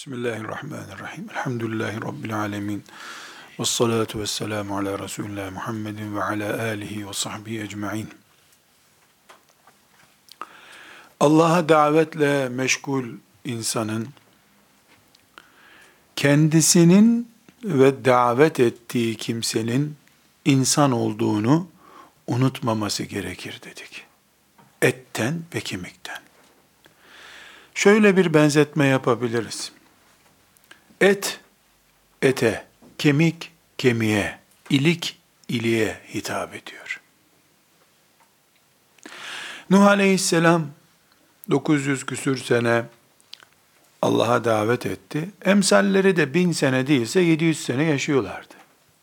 Bismillahirrahmanirrahim. Elhamdülillahi Rabbil alemin. Vessalatu vesselamu ala Resulullah Muhammedin ve ala alihi ve sahbihi ecma'in. Allah'a davetle meşgul insanın, kendisinin ve davet ettiği kimsenin insan olduğunu unutmaması gerekir dedik. Etten ve kemikten. Şöyle bir benzetme yapabiliriz. Et, ete, kemik, kemiğe, ilik, iliğe hitap ediyor. Nuh Aleyhisselam 900 küsür sene Allah'a davet etti. Emsalleri de 1000 sene değilse 700 sene yaşıyorlardı.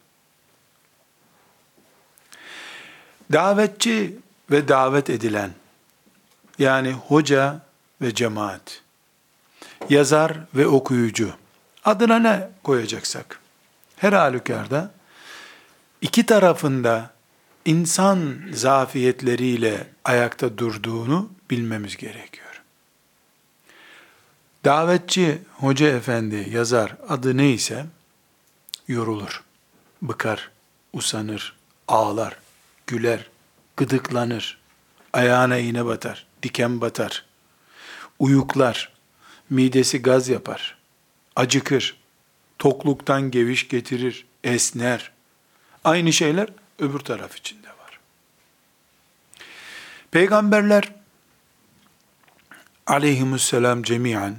Davetçi ve davet edilen, yani hoca ve cemaat, yazar ve okuyucu, adına ne koyacaksak, her halükarda iki tarafında insan zafiyetleriyle ayakta durduğunu bilmemiz gerekiyor. Davetçi, hoca efendi, yazar adı neyse yorulur, bıkar, usanır, ağlar, güler, gıdıklanır, ayağına iğne batar, diken batar, uyuklar, midesi gaz yapar, acıkır, tokluktan geviş getirir, esner. Aynı şeyler öbür taraf için de var. Peygamberler aleyhisselam cemiyen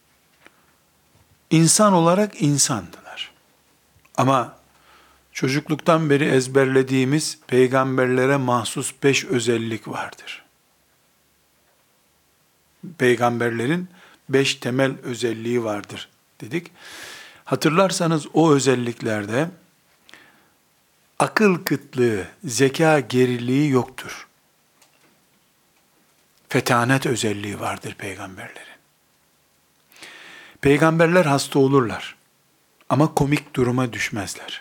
insan olarak insandılar. Ama çocukluktan beri ezberlediğimiz peygamberlere mahsus 5 özellik vardır. Peygamberlerin 5 temel özelliği vardır dedik. Hatırlarsanız o özelliklerde akıl kıtlığı, zeka geriliği yoktur. Fetanet özelliği vardır peygamberlerin. Peygamberler hasta olurlar ama komik duruma düşmezler.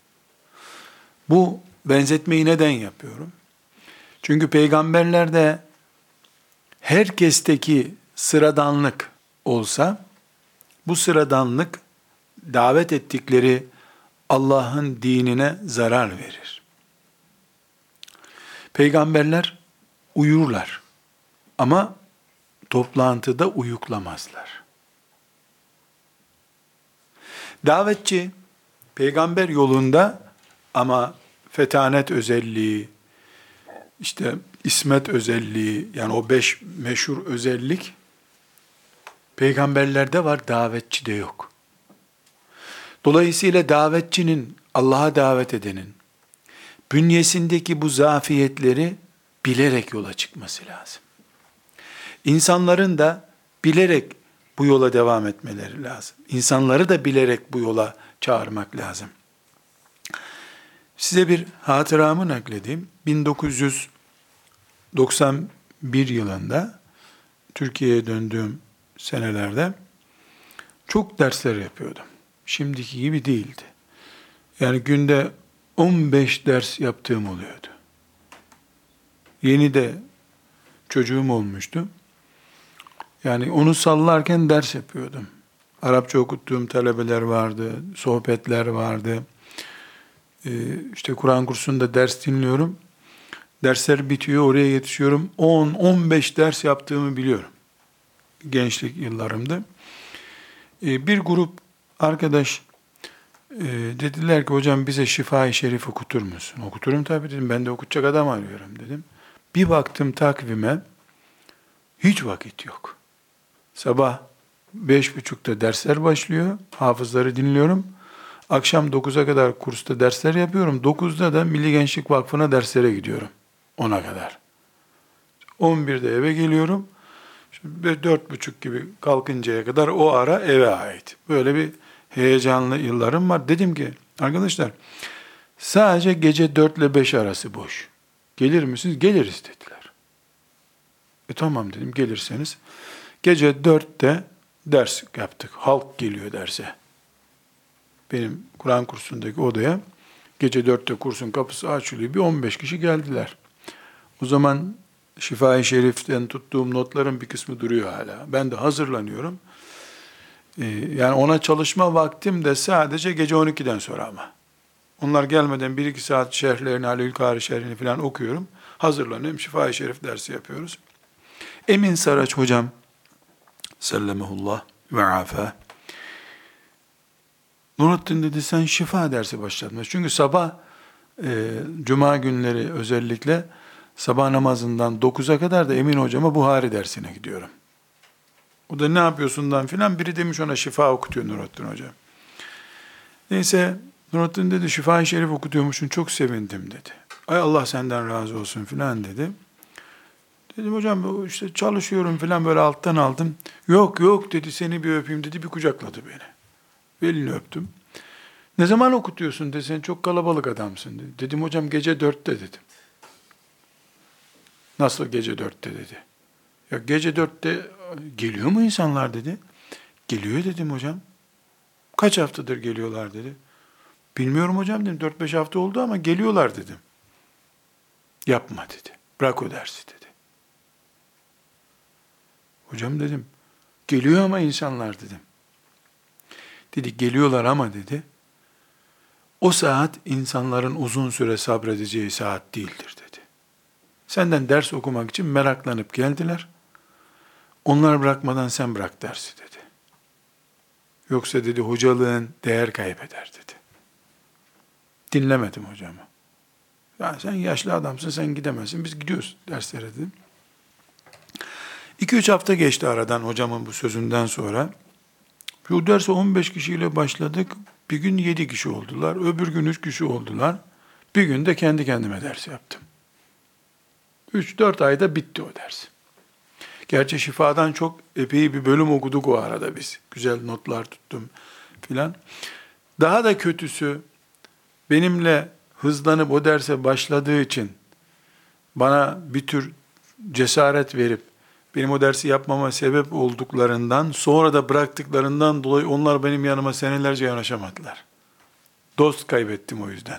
Bu benzetmeyi neden yapıyorum? Çünkü peygamberlerde herkesteki sıradanlık olsa, bu sıradanlık davet ettikleri Allah'ın dinine zarar verir. Peygamberler uyurlar ama toplantıda uyuklamazlar. Davetçi peygamber yolunda ama fetanet özelliği, işte İsmet özelliği, yani o 5 meşhur özellik peygamberlerde var, davetçide yok. Dolayısıyla davetçinin, Allah'a davet edenin bünyesindeki bu zafiyetleri bilerek yola çıkması lazım. İnsanların da bilerek bu yola devam etmeleri lazım. İnsanları da bilerek bu yola çağırmak lazım. Size bir hatıramı nakledeyim. 1991 yılında Türkiye'ye döndüğüm senelerde çok dersler yapıyordum. Şimdiki gibi değildi. Yani günde 15 ders yaptığım oluyordu. Yeni de çocuğum olmuştu. Yani onu sallarken ders yapıyordum. Arapça okuttuğum talebeler vardı, sohbetler vardı. İşte Kur'an kursunda ders dinliyorum. Dersler bitiyor, oraya yetişiyorum. 10-15 ders yaptığımı biliyorum. Gençlik yıllarımda. Bir grup arkadaş dediler ki hocam bize Şifa-i Şerif okutur musun? Okuturum tabii dedim. Ben de okutacak adam arıyorum dedim. Bir baktım takvime, hiç vakit yok. Sabah 5.30'da dersler başlıyor. Hafızları dinliyorum. Akşam 9'a kadar kursta dersler yapıyorum. 9'da da Milli Gençlik Vakfı'na derslere gidiyorum. 10'a kadar. 11'de eve geliyorum. 4.30 gibi kalkıncaya kadar o ara eve ait. Böyle bir heyecanlı yıllarım var. Dedim ki arkadaşlar sadece gece 4 ile 5 arası boş. Gelir misiniz? Geliriz dediler. Tamam dedim, gelirseniz. Gece 4'te ders yaptık. Halk geliyor derse. Benim Kur'an kursundaki odaya gece 4'te kursun kapısı açılıyor. Bir 15 kişi geldiler. O zaman Şifa-i Şerif'ten tuttuğum notların bir kısmı duruyor hala. Ben de hazırlanıyorum. Yani ona çalışma vaktim de sadece gece 12'den sonra ama. Onlar gelmeden 1-2 saat şerhlerini, Halil-Kari şerhini falan okuyorum. Hazırlanıyorum, Şifa-i Şerif dersi yapıyoruz. Emin Saraç hocam, sellemehullah ve afâ, Nurattin dedi sen şifa dersi başladın. Çünkü sabah, cuma günleri özellikle sabah namazından 9'a kadar da Emin hocama Buhari dersine gidiyorum. O da ne yapıyorsundan filan, biri demiş ona şifa okutuyor Nurattin hocam. Neyse, Nurattin dedi Şifa-i Şerif okutuyormuşsun, çok sevindim dedi. Ay Allah senden razı olsun filan dedi. Dedim hocam işte çalışıyorum filan, böyle alttan aldım. Yok yok dedi, seni bir öpeyim dedi, bir kucakladı beni. Belini öptüm. Ne zaman okutuyorsun dedi, sen çok kalabalık adamsın dedi. Dedim hocam gece 4'te dedim. Nasıl gece 4'te dedi. Ya gece 4'te geliyor mu insanlar dedi. Geliyor dedim hocam. Kaç haftadır geliyorlar dedi. Bilmiyorum hocam dedim, 4-5 hafta oldu ama geliyorlar dedim. Yapma dedi. Bırak o dersi dedi. Hocam dedim, geliyor ama insanlar dedim. Dedi geliyorlar ama dedi, o saat insanların uzun süre sabredeceği saat değildir dedi. Senden ders okumak için meraklanıp geldiler. Onlar bırakmadan sen bırak dersi dedi. Yoksa dedi hocalığın değer kaybeder dedi. Dinlemedim hocamı. Ya sen yaşlı adamsın, sen gidemezsin, biz gidiyoruz derslere dedim. 2-3 hafta geçti aradan hocamın bu sözünden sonra. Bu derse 15 kişiyle başladık. Bir gün 7 kişi oldular. Öbür gün 3 kişi oldular. Bir gün de kendi kendime ders yaptım. 3-4 ayda bitti o ders. Gerçi şifadan çok epey bir bölüm okuduk o arada biz. Güzel notlar tuttum filan. Daha da kötüsü, benimle hızlanıp o derse başladığı için bana bir tür cesaret verip benim o dersi yapmama sebep olduklarından, sonra da bıraktıklarından dolayı onlar benim yanıma senelerce yanaşamadılar. Dost kaybettim o yüzden.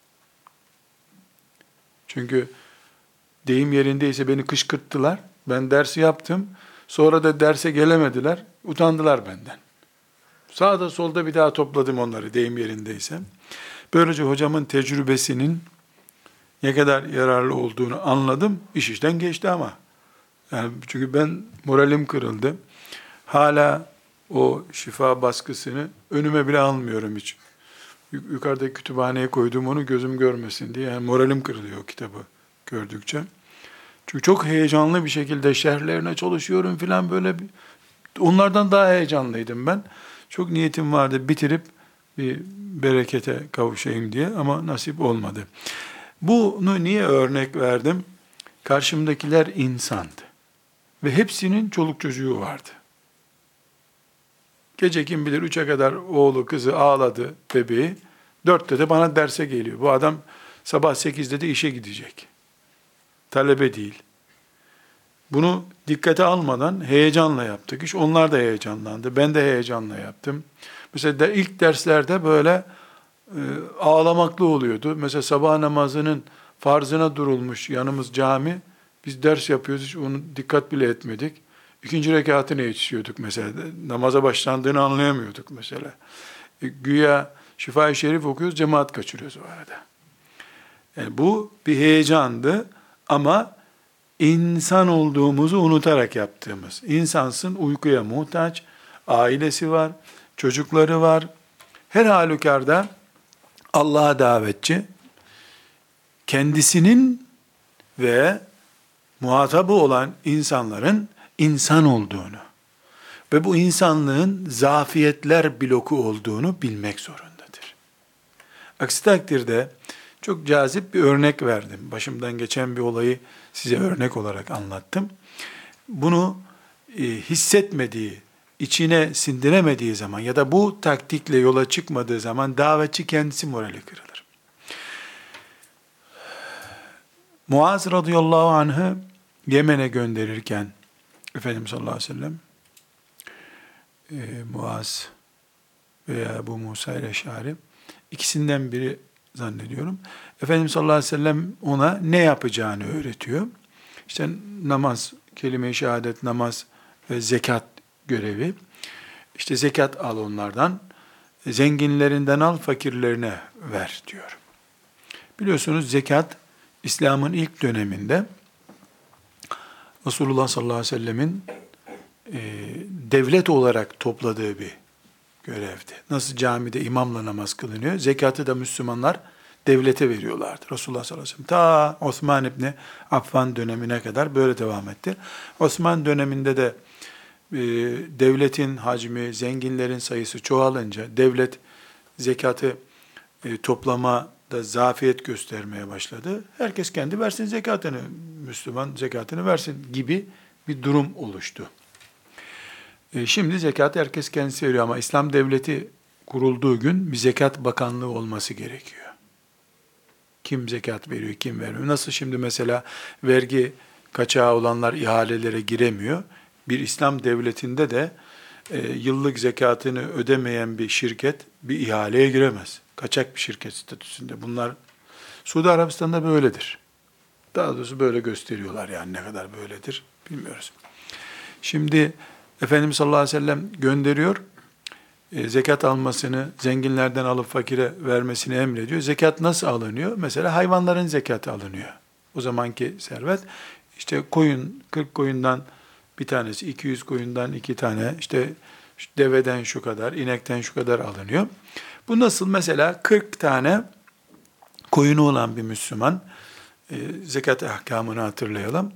Çünkü deyim yerindeyse beni kışkırttılar. Ben dersi yaptım. Sonra da derse gelemediler. Utandılar benden. Sağda solda bir daha topladım onları deyim yerindeyse. Böylece hocamın tecrübesinin ne kadar yararlı olduğunu anladım. İş işten geçti ama. Yani çünkü ben moralim kırıldı. Hala o şifa baskısını önüme bile almıyorum hiç. Yukarıdaki kütüphaneye koydum onu, gözüm görmesin diye. Yani moralim kırılıyor o kitabı gördükçe. Çünkü çok heyecanlı bir şekilde şerhlerine çalışıyorum filan böyle. Onlardan daha heyecanlıydım ben. Çok niyetim vardı bitirip bir berekete kavuşayım diye ama nasip olmadı. Bunu niye örnek verdim? Karşımdakiler insandı. Ve hepsinin çoluk çocuğu vardı. Gece kim bilir 3'e kadar oğlu kızı ağladı bebeği. 4'te de bana derse geliyor. Bu adam sabah 8'de de işe gidecek. Talebe değil. Bunu dikkate almadan heyecanla yaptık. İş onlar da heyecanlandı. Ben de heyecanla yaptım. Mesela de ilk derslerde böyle ağlamaklı oluyordu. Mesela sabah namazının farzına durulmuş yanımız cami. Biz ders yapıyoruz. Hiç onu dikkat bile etmedik. İkinci rekatına yetişiyorduk mesela. Namaza başlandığını anlayamıyorduk mesela. Güya Şifa-i Şerif okuyoruz, cemaat kaçırıyoruz o arada. Yani bu bir heyecandı ama insan olduğumuzu unutarak yaptığımız. İnsansın, uykuya muhtaç, ailesi var, çocukları var. Her halükarda Allah'a davetçi, kendisinin ve muhatabı olan insanların insan olduğunu ve bu insanlığın zafiyetler bloku olduğunu bilmek zorundadır. Aksi takdirde çok cazip bir örnek verdim. Başımdan geçen bir olayı size örnek olarak anlattım. Bunu hissetmediği, içine sindiremediği zaman ya da bu taktikle yola çıkmadığı zaman davetçi kendisi morali kırılır. Muaz radıyallahu anh'ı Yemen'e gönderirken Efendimiz sallallahu aleyhi ve sellem Muaz veya Ebu Musa el-Eş'ari ikisinden biri zannediyorum. Efendimiz sallallahu aleyhi ve sellem ona ne yapacağını öğretiyor. İşte namaz, kelime-i şehadet, namaz ve zekat görevi. İşte zekat al onlardan, zenginlerinden al, fakirlerine ver diyor. Biliyorsunuz zekat, İslam'ın ilk döneminde Resulullah sallallahu aleyhi ve sellemin devlet olarak topladığı bir görevdi. Nasıl camide imamla namaz kılınıyor, zekatı da Müslümanlar devlete veriyorlardı. Resulullah sallallahu aleyhi ve sellem ta Osman İbni Affan dönemine kadar böyle devam etti. Osman döneminde de devletin hacmi, zenginlerin sayısı çoğalınca devlet zekatı toplamada zafiyet göstermeye başladı. Herkes kendi versin zekatını, Müslüman zekatını versin gibi bir durum oluştu. Şimdi zekat herkes kendisi veriyor ama İslam devleti kurulduğu gün bir zekat bakanlığı olması gerekiyor. Kim zekat veriyor, kim vermiyor? Nasıl şimdi mesela vergi kaçağı olanlar ihalelere giremiyor. Bir İslam devletinde de yıllık zekatını ödemeyen bir şirket bir ihaleye giremez. Kaçak bir şirket statüsünde. Bunlar Suudi Arabistan'da böyledir. Daha doğrusu böyle gösteriyorlar, yani ne kadar böyledir bilmiyoruz. Şimdi Efendimiz sallallahu aleyhi ve sellem gönderiyor, zekat almasını, zenginlerden alıp fakire vermesini emrediyor. Zekat nasıl alınıyor? Mesela hayvanların zekatı alınıyor. O zamanki servet, işte koyun, 40 koyundan bir tanesi, 200 koyundan 2 tane, işte deveden şu kadar, inekten şu kadar alınıyor. Bu nasıl? Mesela 40 tane koyunu olan bir Müslüman, zekat ahkamını hatırlayalım.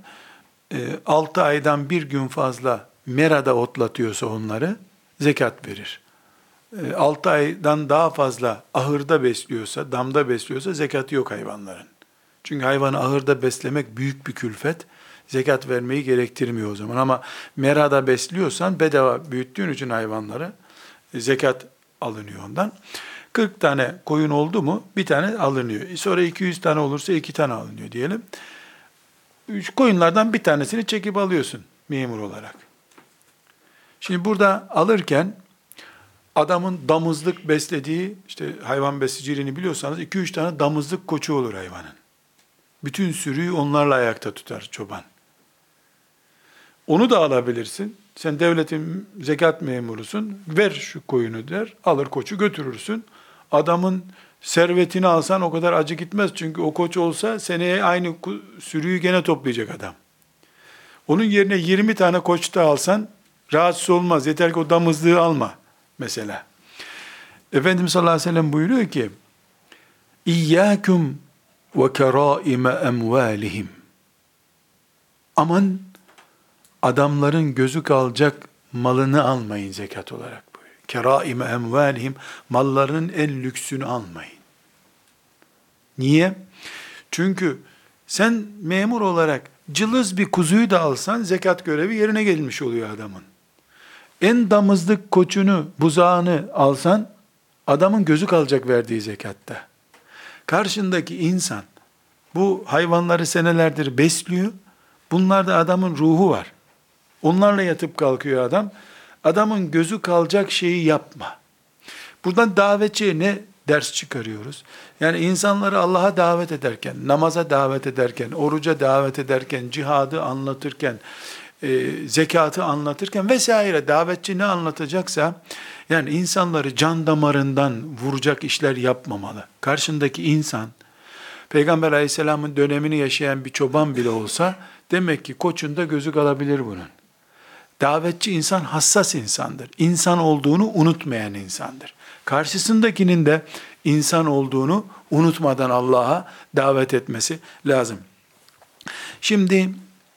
6 aydan bir gün fazla merada otlatıyorsa onları zekat verir. 6 aydan daha fazla ahırda besliyorsa, damda besliyorsa zekatı yok hayvanların. Çünkü hayvanı ahırda beslemek büyük bir külfet. Zekat vermeyi gerektirmiyor o zaman. Ama merada besliyorsan, bedava büyüttüğün için hayvanları, zekat alınıyor ondan. 40 tane koyun oldu mu bir tane alınıyor. Sonra 200 tane olursa 2 tane alınıyor diyelim. Koyunlardan bir tanesini çekip alıyorsun memur olarak. Şimdi burada alırken adamın damızlık beslediği, işte hayvan besiciliğini biliyorsanız 2-3 tane damızlık koçu olur hayvanın. Bütün sürüyü onlarla ayakta tutar çoban. Onu da alabilirsin. Sen devletin zekat memurusun. Ver şu koyunu der. Alır koçu götürürsün. Adamın servetini alsan o kadar acı gitmez. Çünkü o koç olsa seneye aynı sürüyü gene toplayacak adam. Onun yerine 20 tane koç da alsan rahatsız olmaz. Yeter ki o damızlığı alma mesela. Efendimiz sallallahu aleyhi ve sellem buyuruyor ki İyyâküm ve kerâime emvâlihim. Aman adamların gözü kalacak malını almayın zekat olarak buyuruyor. Kerâime emvâlihim, mallarının en lüksünü almayın. Niye? Çünkü sen memur olarak cılız bir kuzuyu da alsan zekat görevi yerine gelmiş oluyor adamın. En damızlık koçunu, buzağını alsan adamın gözü kalacak verdiği zekatta. Karşındaki insan bu hayvanları senelerdir besliyor. Bunlarda adamın ruhu var. Onlarla yatıp kalkıyor adam. Adamın gözü kalacak şeyi yapma. Buradan davetçiye ne ders çıkarıyoruz? Yani insanları Allah'a davet ederken, namaza davet ederken, oruca davet ederken, cihadı anlatırken, zekatı anlatırken vesaire davetçi ne anlatacaksa, yani insanları can damarından vuracak işler yapmamalı. Karşındaki insan, Peygamber aleyhisselamın dönemini yaşayan bir çoban bile olsa, demek ki koçunda gözü kalabilir bunun. Davetçi insan hassas insandır. İnsan olduğunu unutmayan insandır. Karşısındakinin de insan olduğunu unutmadan Allah'a davet etmesi lazım. Şimdi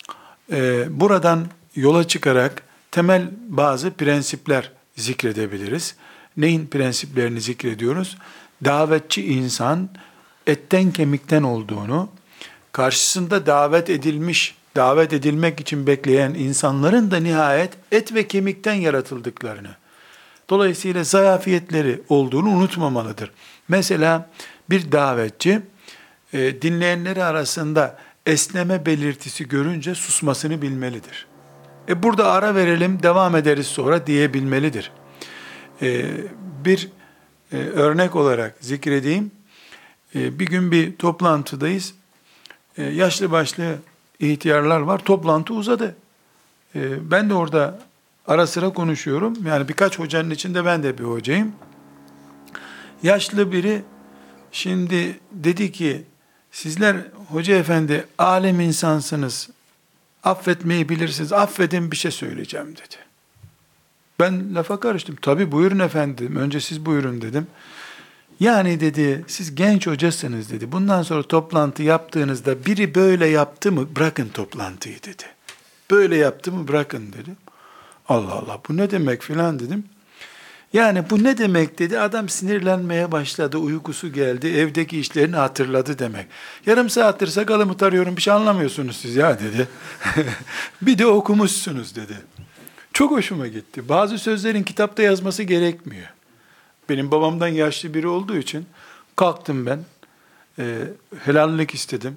buradan yola çıkarak temel bazı prensipler zikredebiliriz. Neyin prensiplerini zikrediyoruz? Davetçi insan etten kemikten olduğunu, karşısında davet edilmiş, davet edilmek için bekleyen insanların da nihayet et ve kemikten yaratıldıklarını, dolayısıyla zayafiyetleri olduğunu unutmamalıdır. Mesela bir davetçi dinleyenleri arasında esneme belirtisi görünce susmasını bilmelidir. Burada ara verelim, devam ederiz sonra diyebilmelidir. Bir örnek olarak zikredeyim. Bir gün bir toplantıdayız. Yaşlı başlı ihtiyarlar var. Toplantı uzadı. Ben de orada Ara sıra konuşuyorum. Yani birkaç hocanın içinde ben de bir hocayım. Yaşlı biri şimdi dedi ki, sizler hoca efendi alem insansınız, affetmeyi bilirsiniz, affedin bir şey söyleyeceğim dedi. Ben lafa karıştım. Tabii buyurun efendim, önce siz buyurun dedim. Yani dedi, siz genç hocasınız dedi. Bundan sonra toplantı yaptığınızda biri böyle yaptı mı bırakın toplantıyı dedi. Böyle yaptı mı bırakın dedi. Allah Allah, bu ne demek filan dedim. Yani bu ne demek dedi. Adam sinirlenmeye başladı. Uykusu geldi. Evdeki işlerini hatırladı demek. Yarım saattir sakalımı tarıyorum. Bir şey anlamıyorsunuz siz ya dedi. Bir de okumuşsunuz dedi. Çok hoşuma gitti. Bazı sözlerin kitapta yazması gerekmiyor. Benim babamdan yaşlı biri olduğu için kalktım ben. Helallik istedim.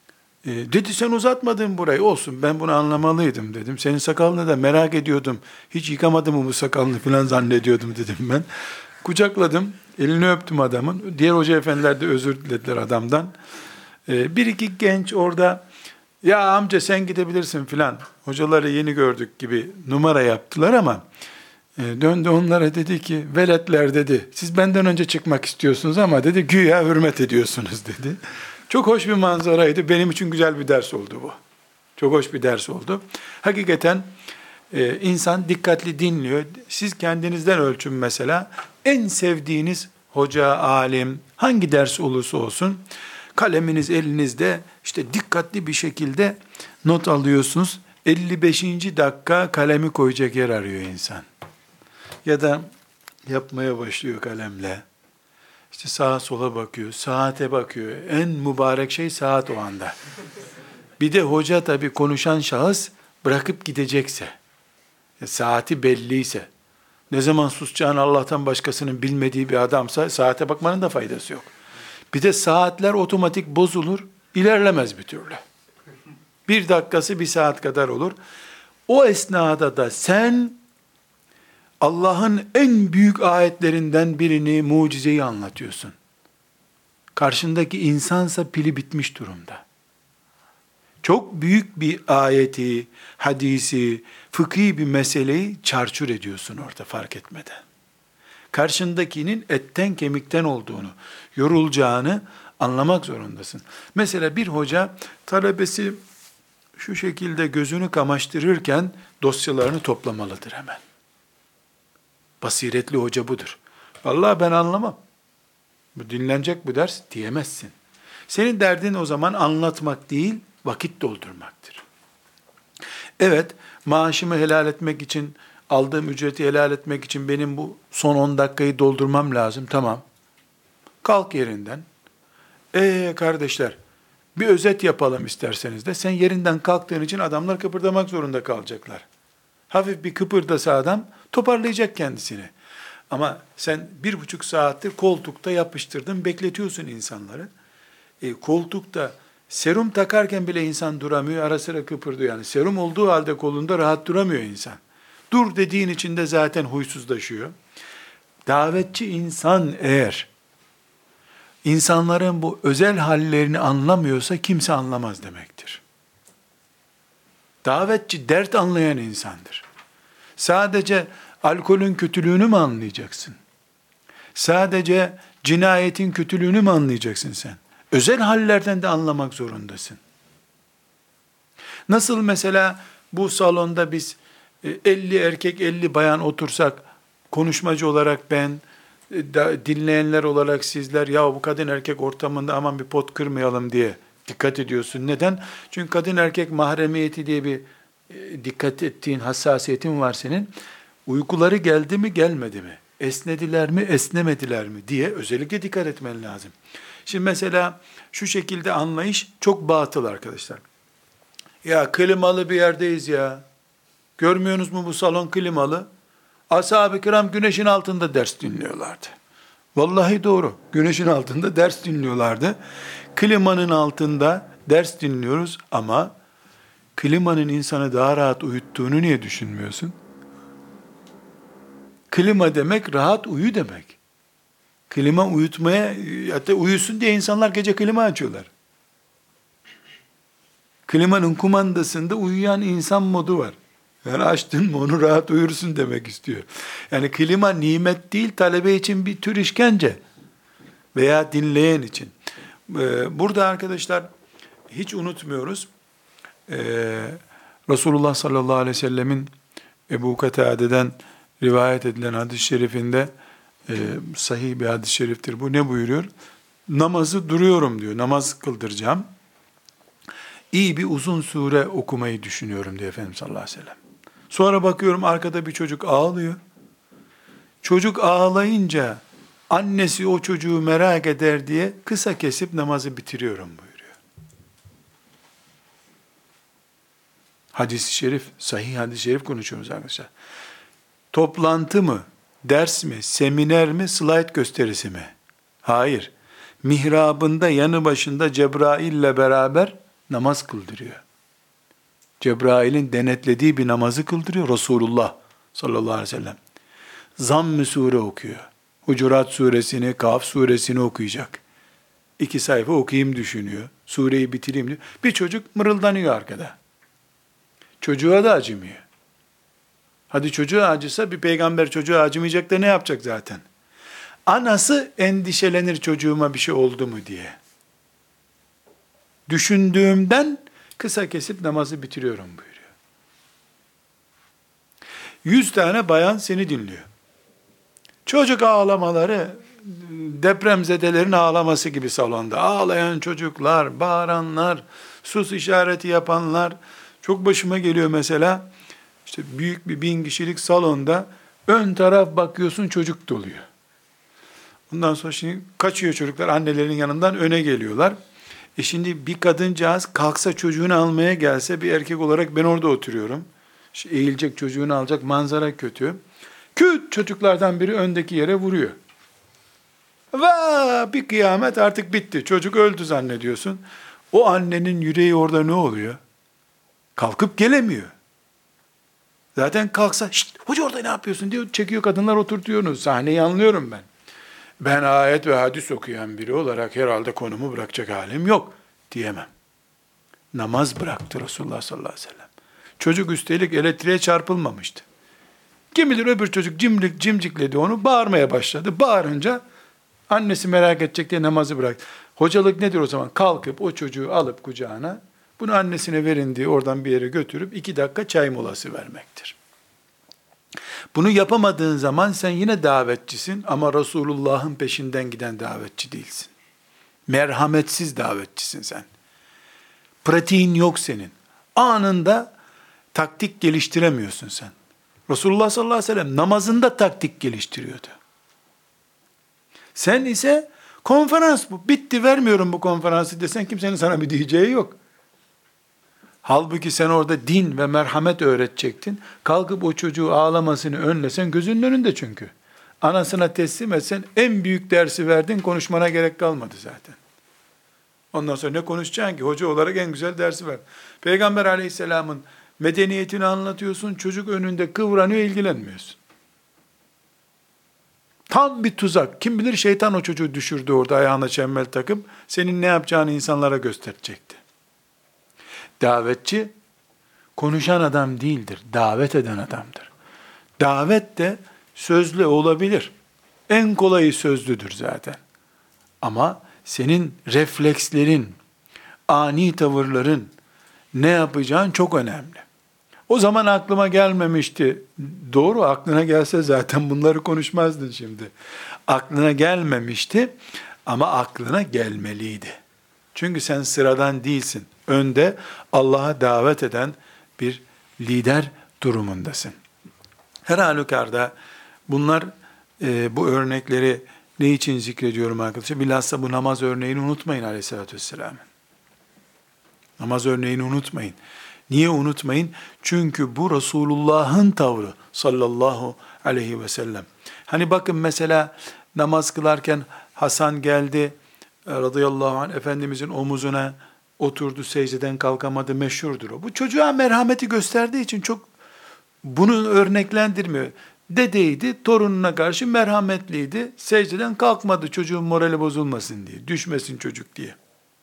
Dedi sen uzatmadın burayı. Olsun, ben bunu anlamalıydım dedim. Senin sakalını da merak ediyordum. Hiç yıkamadım mı bu sakalını falan zannediyordum dedim ben. Kucakladım. Elini öptüm adamın. Diğer hoca efendiler de özür dilediler adamdan. Bir iki genç orada ya amca sen gidebilirsin filan. Hocaları yeni gördük gibi numara yaptılar ama döndü onlara dedi ki veletler dedi. Siz benden önce çıkmak istiyorsunuz ama dedi güya hürmet ediyorsunuz dedi. Çok hoş bir manzaraydı. Benim için güzel bir ders oldu bu. Çok hoş bir ders oldu. Hakikaten insan dikkatli dinliyor. Siz kendinizden ölçün mesela. En sevdiğiniz hoca, alim, hangi ders olursa olsun, kaleminiz elinizde, işte dikkatli bir şekilde not alıyorsunuz. 55. dakika kalemi koyacak yer arıyor insan. Ya da yapmaya başlıyor kalemle. İşte sağa sola bakıyor, saate bakıyor. En mübarek şey saat o anda. Bir de hoca tabii konuşan şahıs bırakıp gidecekse, saati belliyse, ne zaman susacağını Allah'tan başkasının bilmediği bir adamsa saate bakmanın da faydası yok. Bir de saatler otomatik bozulur, ilerlemez bir türlü. 1 dakikası 1 saat kadar olur. O esnada da sen Allah'ın en büyük ayetlerinden birini, mucizeyi anlatıyorsun. Karşındaki insansa pili bitmiş durumda. Çok büyük bir ayeti, hadisi, fıkhi bir meseleyi çarçur ediyorsun orada fark etmeden. Karşındakinin etten kemikten olduğunu, yorulacağını anlamak zorundasın. Mesela bir hoca talebesi şu şekilde gözünü kamaştırırken dosyalarını toplamalıdır hemen. Basiretli hoca budur. Vallahi ben anlamam. Bu dinlenecek bu ders diyemezsin. Senin derdin o zaman anlatmak değil, vakit doldurmaktır. Evet, maaşımı helal etmek için, aldığım ücreti helal etmek için benim bu son 10 dakikayı doldurmam lazım. Tamam. Kalk yerinden. Kardeşler, bir özet yapalım isterseniz de. Sen yerinden kalktığın için adamlar kıpırdamak zorunda kalacaklar. Hafif bir kıpırdasa adam toparlayacak kendisini. Ama sen 1,5 saattir koltukta yapıştırdın, bekletiyorsun insanları. Koltukta serum takarken bile insan duramıyor, ara sıra kıpırdıyor. Yani serum olduğu halde kolunda rahat duramıyor insan. Dur dediğin için de zaten huysuzlaşıyor. Davetçi insan eğer insanların bu özel hallerini anlamıyorsa kimse anlamaz demektir. Davetçi dert anlayan insandır. Sadece alkolün kötülüğünü mü anlayacaksın? Sadece cinayetin kötülüğünü mü anlayacaksın sen? Özel hallerden de anlamak zorundasın. Nasıl mesela bu salonda biz 50 erkek 50 bayan otursak, konuşmacı olarak ben, dinleyenler olarak sizler, ya bu kadın erkek ortamında aman bir pot kırmayalım diye dikkat ediyorsun. Neden? Çünkü kadın erkek mahremiyeti diye bir dikkat ettiğin hassasiyetin var senin. Uykuları geldi mi gelmedi mi? Esnediler mi esnemediler mi diye özellikle dikkat etmen lazım. Şimdi mesela şu şekilde anlayış çok batıl arkadaşlar. Ya klimalı bir yerdeyiz ya. Görmüyorsunuz mu bu salon klimalı? Ashab-ı kiram güneşin altında ders dinliyorlardı. Vallahi doğru. Güneşin altında ders dinliyorlardı. Klimanın altında ders dinliyoruz ama klimanın insanı daha rahat uyuttuğunu niye düşünmüyorsun? Klima demek rahat uyu demek. Klima uyutmaya, hatta uyusun diye insanlar gece klima açıyorlar. Klimanın kumandasında uyuyan insan modu var. Yani açtın mı onu rahat uyursun demek istiyor. Yani klima nimet değil, talebe için bir tür işkence veya dinleyen için. Burada arkadaşlar hiç unutmuyoruz. Resulullah sallallahu aleyhi ve sellemin Ebu Katade'den rivayet edilen hadis-i şerifinde sahih bir hadis-i şeriftir. Bu ne buyuruyor? Namazı duruyorum diyor. Namaz kıldıracağım. İyi bir uzun sure okumayı düşünüyorum diyor Efendimiz sallallahu aleyhi ve sellem. Sonra bakıyorum arkada bir çocuk ağlıyor. Çocuk ağlayınca annesi o çocuğu merak eder diye kısa kesip namazı bitiriyorum buyuruyor. Hadis-i şerif, sahih hadis-i şerif konuşuyoruz arkadaşlar. Toplantı mı, ders mi, seminer mi, slide gösterisi mi? Hayır. Mihrabında yanı başında Cebrail'le beraber namaz kıldırıyor. Cebrail'in denetlediği bir namazı kıldırıyor Resulullah sallallahu aleyhi ve sellem. Zamm-ı sure okuyor. Hucurat suresini, Kaf suresini okuyacak. 2 sayfa okuyayım düşünüyor. Sureyi bitireyim diyor. Bir çocuk mırıldanıyor arkada. Çocuğa da acımıyor. Hadi çocuğa acısa bir peygamber çocuğa acımayacak da ne yapacak zaten? Anası endişelenir çocuğuma bir şey oldu mu diye. Düşündüğümden kısa kesip namazı bitiriyorum buyuruyor. 100 tane bayan seni dinliyor. Çocuk ağlamaları depremzedelerin ağlaması gibi salonda. Ağlayan çocuklar, bağıranlar, sus işareti yapanlar. Çok başıma geliyor mesela. İşte büyük bir 1000 kişilik salonda ön taraf bakıyorsun çocuk doluyor. Ondan sonra şimdi kaçıyor çocuklar annelerin yanından öne geliyorlar. Şimdi bir kadıncağız kalksa çocuğunu almaya gelse bir erkek olarak ben orada oturuyorum. İşte eğilecek çocuğunu alacak manzara kötü. Küt çocuklardan biri öndeki yere vuruyor. Vaa bir kıyamet artık bitti. Çocuk öldü zannediyorsun. O annenin yüreği orada ne oluyor? Kalkıp gelemiyor. Zaten kalksa, şşt hoca orada ne yapıyorsun diyor. Çekiyor kadınlar oturtuyorsunuz. Sahneyi anlıyorum ben. Ben ayet ve hadis okuyan biri olarak herhalde konumu bırakacak halim yok diyemem. Namaz bıraktı Resulullah sallallahu aleyhi ve sellem. Çocuk üstelik elektriğe çarpılmamıştı. Kim bilir öbür çocuk cimcikledi onu, bağırmaya başladı. Bağırınca annesi merak edecek diye namazı bıraktı. Hocalık nedir o zaman? Kalkıp o çocuğu alıp kucağına, bunu annesine verin diye oradan bir yere götürüp 2 dakika çay molası vermektir. Bunu yapamadığın zaman sen yine davetçisin ama Resulullah'ın peşinden giden davetçi değilsin. Merhametsiz davetçisin sen. Pratiğin yok senin. Anında taktik geliştiremiyorsun sen. Resulullah sallallahu aleyhi ve sellem namazında taktik geliştiriyordu. Sen ise konferans bu. Bitti vermiyorum bu konferansı desen kimsenin sana bir diyeceği yok. Halbuki sen orada din ve merhamet öğretecektin. Kalkıp o çocuğu ağlamasını önlesen gözünün önünde çünkü. Anasına teslim etsen en büyük dersi verdin, konuşmana gerek kalmadı zaten. Ondan sonra ne konuşacaksın ki? Hoca olarak en güzel dersi ver. Peygamber aleyhisselamın medeniyetini anlatıyorsun, çocuk önünde kıvranıyor, ilgilenmiyorsun. Tam bir tuzak. Kim bilir şeytan o çocuğu düşürdü orada ayağına çembel takıp, senin ne yapacağını insanlara gösterecekti. Davetçi, konuşan adam değildir, davet eden adamdır. Davet de sözlü olabilir. En kolayı sözlüdür zaten. Ama senin reflekslerin, ani tavırların, ne yapacağın çok önemli. O zaman aklıma gelmemişti. Doğru, aklına gelse zaten bunları konuşmazdın şimdi. Aklına gelmemişti ama aklına gelmeliydi. Çünkü sen sıradan değilsin. Önde Allah'a davet eden bir lider durumundasın. Her halükarda bunlar, bu örnekleri ne için zikrediyorum arkadaşlar? Bilhassa bu namaz örneğini unutmayın aleyhissalatü vesselam. Namaz örneğini unutmayın. Niye unutmayın? Çünkü bu Resulullah'ın tavrı sallallahu aleyhi ve sellem. Hani bakın mesela namaz kılarken Hasan geldi radıyallahu anh Efendimizin omuzuna oturdu, secdeden kalkamadı, meşhurdur o. Bu çocuğa merhameti gösterdiği için çok bunu örneklendirmiyor. Dedeydi, torununa karşı merhametliydi, secdeden kalkmadı çocuğun morali bozulmasın diye, düşmesin çocuk diye.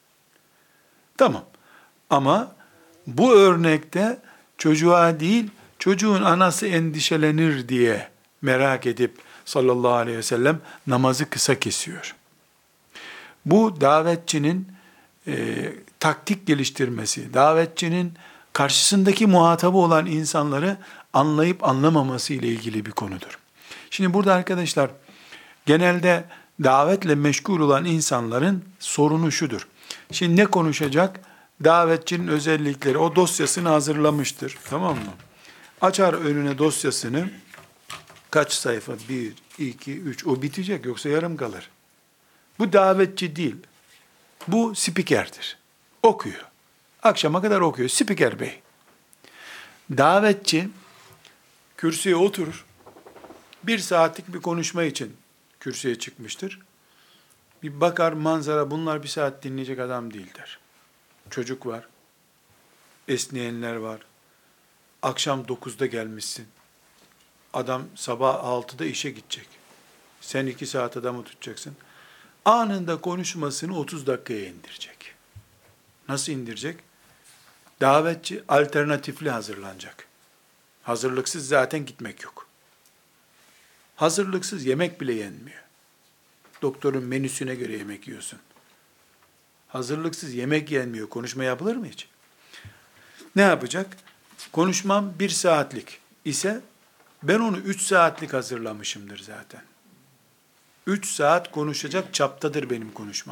Tamam ama bu örnekte çocuğa değil, çocuğun anası endişelenir diye merak edip sallallahu aleyhi ve sellem namazı kısa kesiyor. Bu davetçinin taktik geliştirmesi, davetçinin karşısındaki muhatabı olan insanları anlayıp anlamaması ile ilgili bir konudur. Şimdi burada arkadaşlar, genelde davetle meşgul olan insanların sorunu şudur. Şimdi ne konuşacak? Davetçinin özellikleri, o dosyasını hazırlamıştır. Tamam mı? Açar önüne dosyasını, kaç sayfa? 1, 2, 3, o bitecek, yoksa yarım kalır. Bu davetçi değil. Bu spikerdir. Okuyor. Akşama kadar okuyor. Spiker bey. Davetçi kürsüye oturur. 1 saatlik bir konuşma için kürsüye çıkmıştır. Bir bakar manzara, bunlar 1 saat dinleyecek adam değil der. Çocuk var. Esneyenler var. Akşam 9'da gelmişsin. Adam sabah 6'da işe gidecek. Sen 2 saat adamı tutacaksın. Anında konuşmasını 30 dakikaya indirecek. Nasıl indirecek? Davetçi alternatifli hazırlanacak. Hazırlıksız zaten gitmek yok. Hazırlıksız yemek bile yenmiyor. Doktorun menüsüne göre yemek yiyorsun. Hazırlıksız yemek yenmiyor. Konuşma yapılır mı hiç? Ne yapacak? Konuşmam 1 saatlik ise ben onu 3 saatlik hazırlamışımdır zaten. 3 saat konuşacak çaptadır benim konuşmam.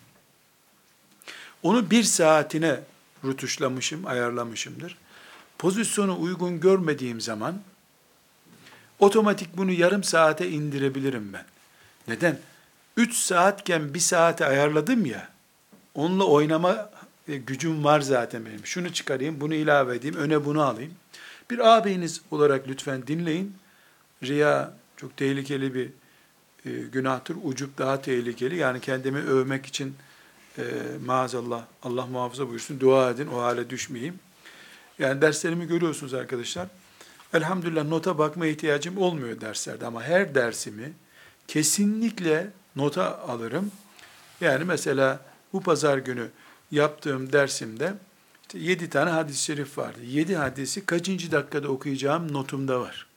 Onu 1 saatine rutuşlamışım, ayarlamışımdır. Pozisyonu uygun görmediğim zaman otomatik bunu yarım saate indirebilirim ben. Neden? 3 saatken 1 saate ayarladım ya, onunla oynama gücüm var zaten benim. Şunu çıkarayım, bunu ilave edeyim, öne bunu alayım. Bir ağabeyiniz olarak lütfen dinleyin. Riya çok tehlikeli bir günahtır. Ucup daha tehlikeli. Yani kendimi övmek için maazallah, Allah muhafaza buyursun, dua edin, o hale düşmeyeyim. Yani derslerimi görüyorsunuz arkadaşlar. Elhamdülillah nota bakma ihtiyacım olmuyor derslerde, ama her dersimi kesinlikle nota alırım. Yani mesela bu pazar günü yaptığım dersimde işte 7 tane hadis-i şerif vardı. 7 hadisi kaçıncı dakikada okuyacağım notumda var.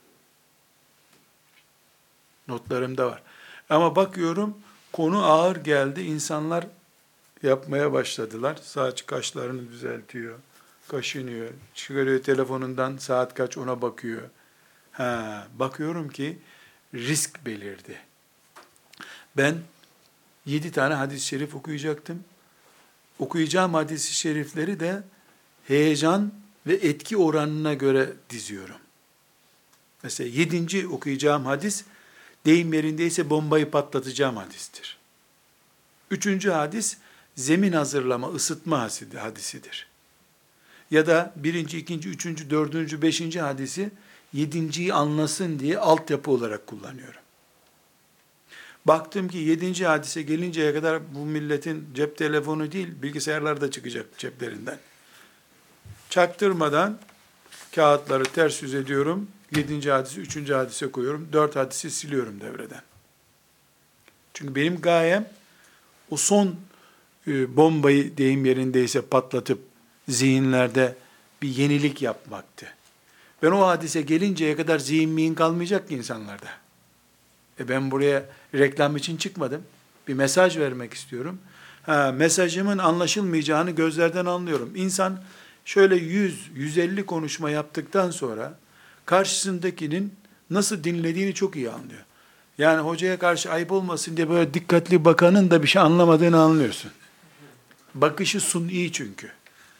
Notlarımda var. Ama bakıyorum konu ağır geldi. İnsanlar yapmaya başladılar. Saç kaşlarını düzeltiyor, kaşınıyor, çıkarıyor telefonundan saat kaç ona bakıyor. Bakıyorum ki risk belirdi. Ben 7 tane hadis-i şerif okuyacaktım. Okuyacağım hadis-i şerifleri de heyecan ve etki oranına göre diziyorum. Mesela 7. okuyacağım hadis, deyim yerindeyse bombayı patlatacağım hadistir. 3. hadis, zemin hazırlama, ısıtma hadisidir. Ya da 1., 2., 3., 4., 5. hadisi 7.'yi anlasın diye altyapı olarak kullanıyorum. Baktım ki 7. hadise gelinceye kadar bu milletin cep telefonu değil, bilgisayarlar da çıkacak ceplerinden. Çaktırmadan kağıtları ters yüz ediyorum. 7. hadisi 3. hadise koyuyorum. 4 hadisi siliyorum devreden. Çünkü benim gayem o son bombayı deyim yerindeyse patlatıp zihinlerde bir yenilik yapmaktı. Ben o hadise gelinceye kadar zihin mihin kalmayacak ki insanlarda. Ben buraya reklam için çıkmadım. Bir mesaj vermek istiyorum. Mesajımın anlaşılmayacağını gözlerden anlıyorum. İnsan şöyle 100-150 konuşma yaptıktan sonra karşısındakinin nasıl dinlediğini çok iyi anlıyor. Yani hocaya karşı ayıp olmasın diye böyle dikkatli bakanın da bir şey anlamadığını anlıyorsun. Bakışı suni çünkü.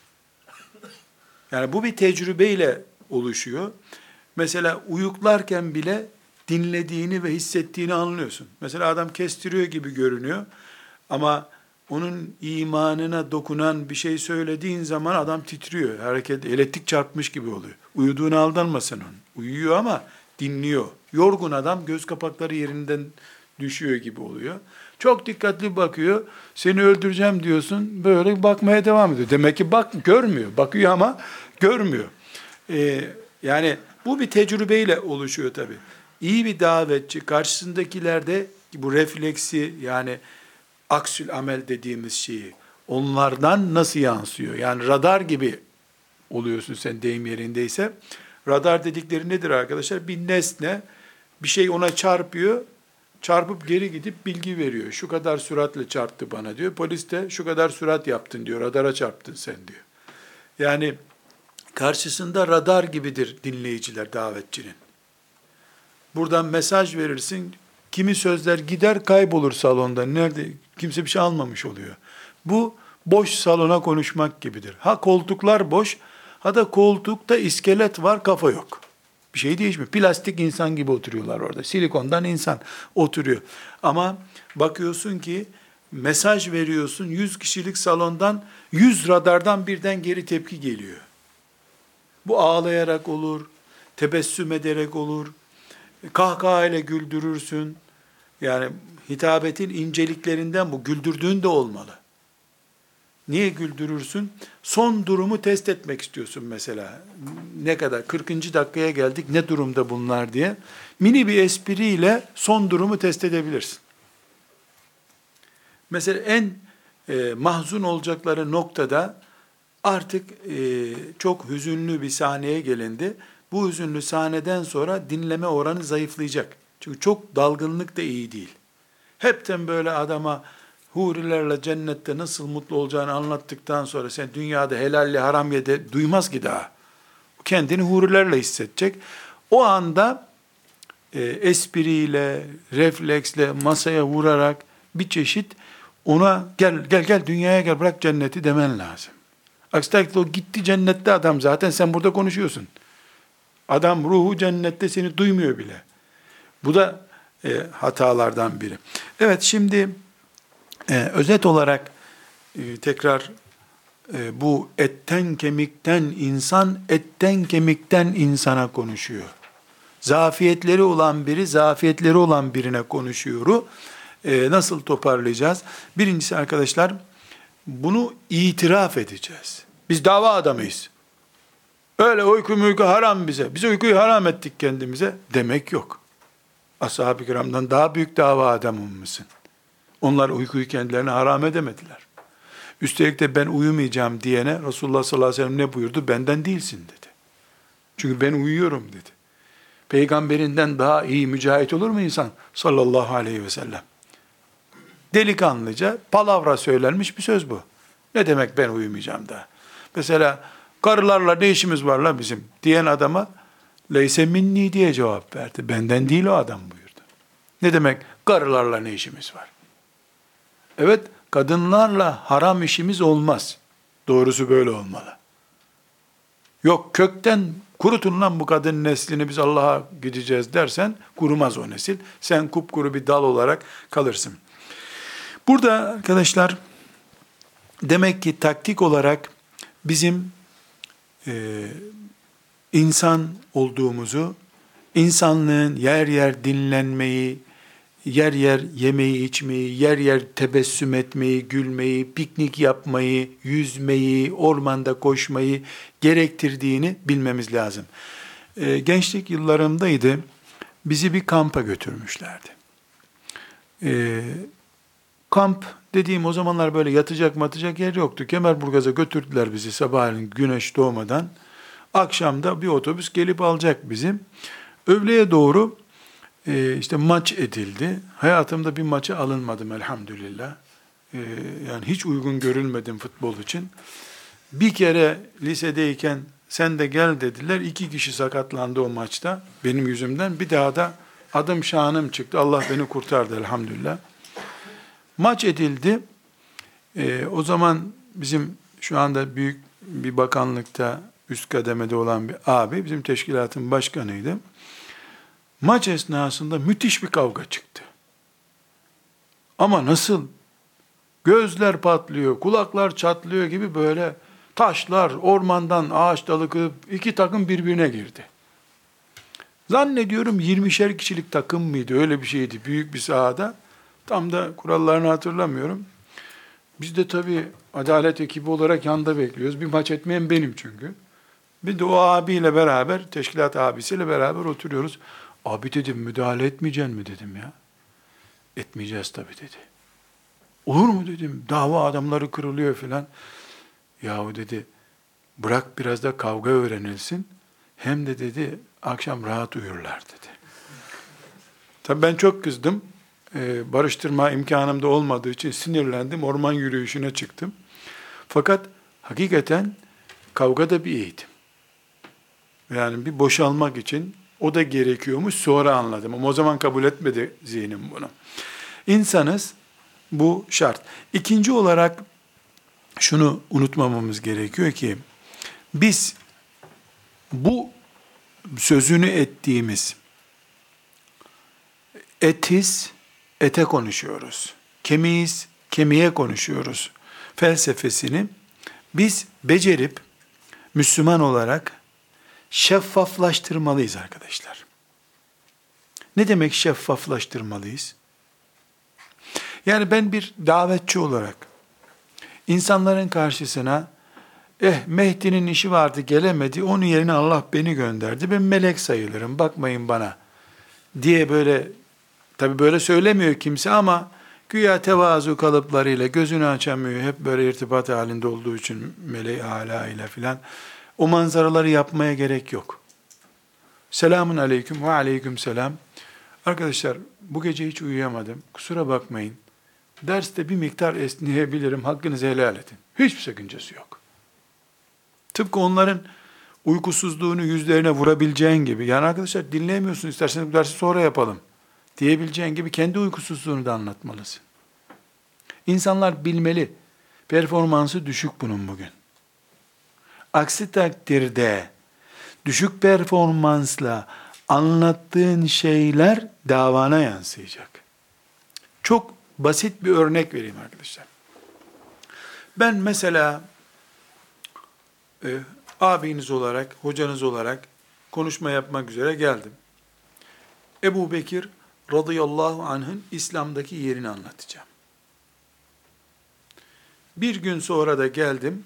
Yani bu bir tecrübeyle oluşuyor. Mesela uyuklarken bile dinlediğini ve hissettiğini anlıyorsun. Mesela adam kestiriyor gibi görünüyor ama onun imanına dokunan bir şey söylediğin zaman adam titriyor. Hareket, elektrik çarpmış gibi oluyor. Uyuduğuna aldanmasın onun. Uyuyor ama dinliyor. Yorgun adam göz kapakları yerinden düşüyor gibi oluyor. Çok dikkatli bakıyor. Seni öldüreceğim diyorsun. Böyle bakmaya devam ediyor. Demek ki görmüyor. Bakıyor ama görmüyor. Yani bu bir tecrübeyle oluşuyor tabii. İyi bir davetçi karşısındakilerde bu refleksi, yani aksül amel dediğimiz şeyi onlardan nasıl yansıyor? Yani radar gibi oluyorsun sen deyim yerindeyse. Radar dedikleri nedir arkadaşlar? Bir nesne, bir şey ona çarpıyor, çarpıp geri gidip bilgi veriyor. Şu kadar süratle çarptı bana diyor. Polis de şu kadar sürat yaptın diyor, radara çarptın sen diyor. Yani karşısında radar gibidir dinleyiciler davetçinin. Buradan mesaj verirsin, kimi sözler gider kaybolur salonda. Nerede? Kimse bir şey almamış oluyor. Bu boş salona konuşmak gibidir. Ha koltuklar boş, ha da koltukta iskelet var, kafa yok. Bir şey değişmiyor. Plastik insan gibi oturuyorlar orada. Silikondan insan oturuyor. Ama bakıyorsun ki mesaj veriyorsun, 100 kişilik salondan 100 radardan birden geri tepki geliyor. Bu ağlayarak olur, tebessüm ederek olur, kahkahayla güldürürsün. Yani hitabetin inceliklerinden bu. Güldürdüğün de olmalı. Niye güldürürsün? Son durumu test etmek istiyorsun mesela. Ne kadar? 40. dakikaya geldik. Ne durumda bunlar diye. Mini bir espriyle son durumu test edebilirsin. Mesela en mahzun olacakları noktada artık çok hüzünlü bir sahneye gelindi. Bu hüzünlü sahneden sonra dinleme oranı zayıflayacak. Çünkü çok dalgınlık da iyi değil. Hepten böyle adama hurilerle cennette nasıl mutlu olacağını anlattıktan sonra sen dünyada helalle haram ye de duymaz ki daha. Kendini hurilerle hissedecek. O anda espriyle, refleksle, masaya vurarak bir çeşit ona gel dünyaya gel bırak cenneti demen lazım. Aksi takdirde o gitti cennette adam zaten sen burada konuşuyorsun. Adam ruhu cennette seni duymuyor bile. Bu da hatalardan biri. Evet şimdi özet olarak tekrar bu etten kemikten insan, etten kemikten insana konuşuyor. Zafiyetleri olan biri, zafiyetleri olan birine konuşuyor. Nasıl toparlayacağız? Birincisi arkadaşlar, bunu itiraf edeceğiz. Biz dava adamıyız. Öyle uyku haram bize. Biz uykuyu haram ettik kendimize demek yok. Ashab-ı kiramdan daha büyük dava adamı mısın? Onlar uykuyu kendilerine haram edemediler. Üstelik de ben uyumayacağım diyene Resulullah sallallahu aleyhi ve sellem ne buyurdu? Benden değilsin dedi. Çünkü ben uyuyorum dedi. Peygamberinden daha iyi mücahit olur mu insan? Sallallahu aleyhi ve sellem. Delikanlıca palavra söylenmiş bir söz bu. Ne demek ben uyumayacağım da? Mesela karılarla ne işimiz var la bizim diyen adama leyse minni diye cevap verdi. Benden değil o adam buyurdu. Ne demek karılarla ne işimiz var? Evet, kadınlarla haram işimiz olmaz. Doğrusu böyle olmalı. Yok kökten kurutun lan bu kadın neslini biz Allah'a gideceğiz dersen kurumaz o nesil. Sen kupkuru bir dal olarak kalırsın. Burada arkadaşlar demek ki taktik olarak bizim insan olduğumuzu, insanlığın yer yer dinlenmeyi, yer yer yemeği içmeyi, yer yer tebessüm etmeyi, gülmeyi, piknik yapmayı, yüzmeyi, ormanda koşmayı gerektirdiğini bilmemiz lazım. Gençlik yıllarımdaydı, bizi bir kampa götürmüşlerdi. Kamp dediğim o zamanlar böyle yatacak yer yoktu. Kemerburgaz'a götürdüler bizi sabahleyin güneş doğmadan. Akşamda bir otobüs gelip alacak bizi. Öğleye doğru işte maç edildi. Hayatımda bir maça alınmadım elhamdülillah. Yani hiç uygun görülmedim futbol için. Bir kere lisedeyken sen de gel dediler. 2 kişi sakatlandı o maçta benim yüzümden. Bir daha da adım şanım çıktı. Allah beni kurtardı elhamdülillah. Maç edildi. O zaman bizim şu anda büyük bir bakanlıkta üst kademede olan bir abi bizim teşkilatın başkanıydı. Maç esnasında müthiş bir kavga çıktı. Ama nasıl? Gözler patlıyor, kulaklar çatlıyor gibi böyle taşlar ormandan ağaç dalı kırıp 2 takım birbirine girdi. Zannediyorum 20'şer kişilik takım mıydı? Öyle bir şeydi büyük bir sahada. Tam da kurallarını hatırlamıyorum. Biz de tabii adalet ekibi olarak yanda bekliyoruz. Bir maç etmeyen benim çünkü. Bir de o abiyle beraber, teşkilat abisiyle beraber oturuyoruz. Abi dedim müdahale etmeyeceksin mi dedim ya. Etmeyeceğiz tabii dedi. Olur mu dedim. Dava adamları kırılıyor filan. Yahu dedi bırak biraz da kavga öğrenilsin. hem de dedi akşam rahat uyurlar dedi. Tabii ben çok kızdım. Barıştırma imkanım da olmadığı için sinirlendim. Orman yürüyüşüne çıktım. Fakat hakikaten kavga da bir eğitim. Yani bir boşalmak için o da gerekiyormuş, sonra anladım. Ama o zaman kabul etmedi zihnim bunu. İnsanız, bu şart. İkinci olarak şunu unutmamamız gerekiyor ki, biz bu sözünü ettiğimiz etiz, ete konuşuyoruz. Kemiğiz, kemiğe konuşuyoruz felsefesini biz becerip Müslüman olarak şeffaflaştırmalıyız arkadaşlar. Ne demek şeffaflaştırmalıyız? Yani ben bir davetçi olarak insanların karşısına Mehdi'nin işi vardı gelemedi, onun yerine Allah beni gönderdi, ben melek sayılırım bakmayın bana diye böyle, tabi böyle söylemiyor kimse ama güya tevazu kalıplarıyla gözünü açamıyor, hep böyle irtibat halinde olduğu için meleği âlâ ile filan, o manzaraları yapmaya gerek yok. Selamun aleyküm ve aleyküm selam. Arkadaşlar bu gece hiç uyuyamadım, kusura bakmayın. Derste bir miktar esneyebilirim, hakkınızı helal edin. Hiçbir sakıncası yok. Tıpkı onların uykusuzluğunu yüzlerine vurabileceğin gibi, yani arkadaşlar dinleyemiyorsun, isterseniz bu dersi sonra yapalım diyebileceğin gibi kendi uykusuzluğunu da anlatmalısın. İnsanlar bilmeli, performansı düşük bunun bugün. Aksi takdirde düşük performansla anlattığın şeyler davana yansıyacak. Çok basit bir örnek vereyim arkadaşlar. Ben mesela abiniz olarak, hocanız olarak konuşma yapmak üzere geldim. Ebu Bekir radıyallahu anh'ın İslam'daki yerini anlatacağım. Bir gün sonra da geldim.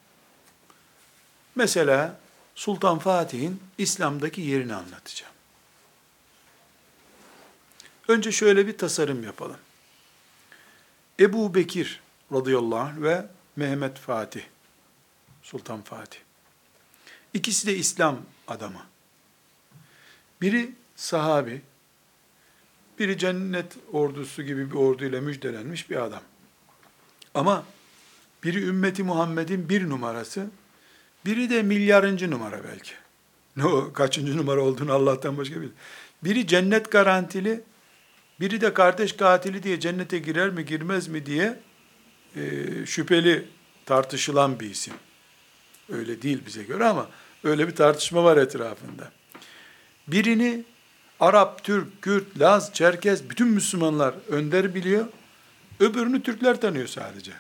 Mesela Sultan Fatih'in İslam'daki yerini anlatacağım. Önce şöyle bir tasarım yapalım. Ebu Bekir radıyallahu anh ve Mehmet Fatih, Sultan Fatih. İkisi de İslam adamı. Biri sahabi, biri cennet ordusu gibi bir orduyla müjdelenmiş bir adam. Ama biri ümmeti Muhammed'in bir numarası, biri de milyarıncı numara belki. Ne o, kaçıncı numara olduğunu Allah'tan başka bilir. Biri cennet garantili, biri de kardeş katili diye cennete girer mi girmez mi diye şüpheli tartışılan bir isim. Öyle değil bize göre ama öyle bir tartışma var etrafında. Birini Arap, Türk, Kürt, Laz, Çerkez bütün Müslümanlar önder biliyor. Öbürünü Türkler tanıyor sadece.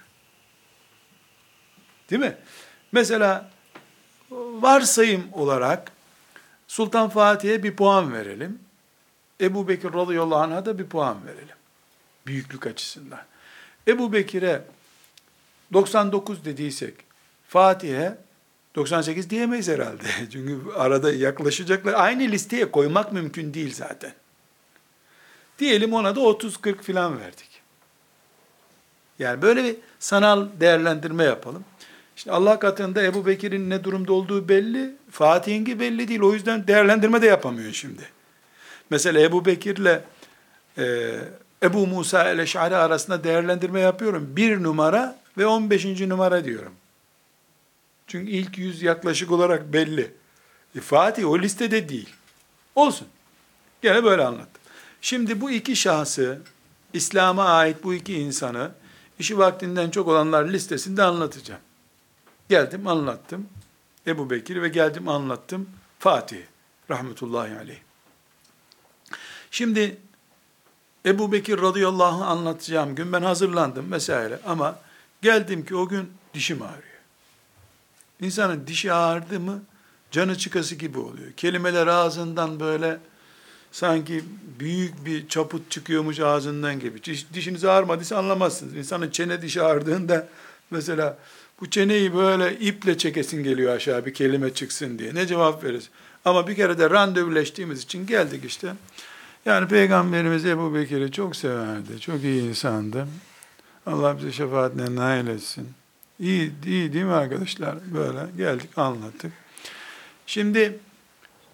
Değil mi? Mesela varsayım olarak Sultan Fatih'e bir puan verelim. Ebu Bekir radıyallahu anh'a da bir puan verelim. Büyüklük açısından. Ebu Bekir'e 99 dediysek, Fatih'e 98 diyemeyiz herhalde. Çünkü arada yaklaşacaklar. Aynı listeye koymak mümkün değil zaten. Diyelim ona da 30-40 filan verdik. Yani böyle bir sanal değerlendirme yapalım. Şimdi Allah katında Ebu Bekir'in ne durumda olduğu belli, Fatih'inki belli değil. O yüzden değerlendirme de yapamıyor şimdi. Mesela Ebu Bekir'le Ebu Musa el-Eş'ari arasında değerlendirme yapıyorum. 1 numara ve 15. numara diyorum. Çünkü ilk 100 yaklaşık olarak belli. Fatih o listede değil. Olsun. Gene böyle anlattım. Şimdi bu iki şahsı, İslam'a ait bu iki insanı, işi vaktinden çok olanlar listesinde anlatacağım. Geldim anlattım Ebu Bekir ve geldim anlattım Fatih rahmetullahi aleyh. Şimdi Ebu Bekir radıyallahu anh anlatacağım gün ben hazırlandım vesaire ama geldim ki o gün dişim ağrıyor. İnsanın dişi ağrıdı mı canı çıkası gibi oluyor. Kelimeler ağzından böyle sanki büyük bir çaput çıkıyormuş ağzından gibi. Dişiniz ağrımadıysa anlamazsınız. İnsanın çene dişi ağrıdığında mesela bu çeneyi böyle iple çekesin geliyor aşağı bir kelime çıksın diye. Ne cevap veririz? Ama bir kere de randevuleştiğimiz için geldik işte. Yani Peygamberimiz Ebu Bekir'i çok severdi. Çok iyi insandı. Allah bize şefaatine nail etsin. İyi, iyi değil mi arkadaşlar? Böyle geldik anlattık. Şimdi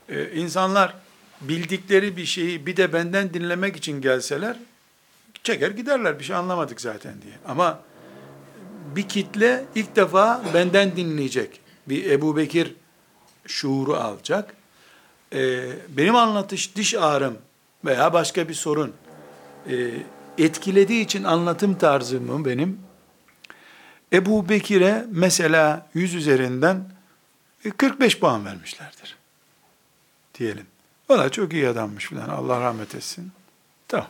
İnsanlar bildikleri bir şeyi bir de benden dinlemek için gelseler, çeker giderler, bir şey anlamadık zaten diye. Ama bir kitle ilk defa benden dinleyecek. Bir Ebu Bekir şuuru alacak. Benim anlatış, diş ağrım veya başka bir sorun etkilediği için anlatım tarzımı benim, Ebu Bekir'e mesela 100 üzerinden 45 puan vermişlerdir. Diyelim. O da çok iyi adammış filan. Allah rahmet etsin. Tamam.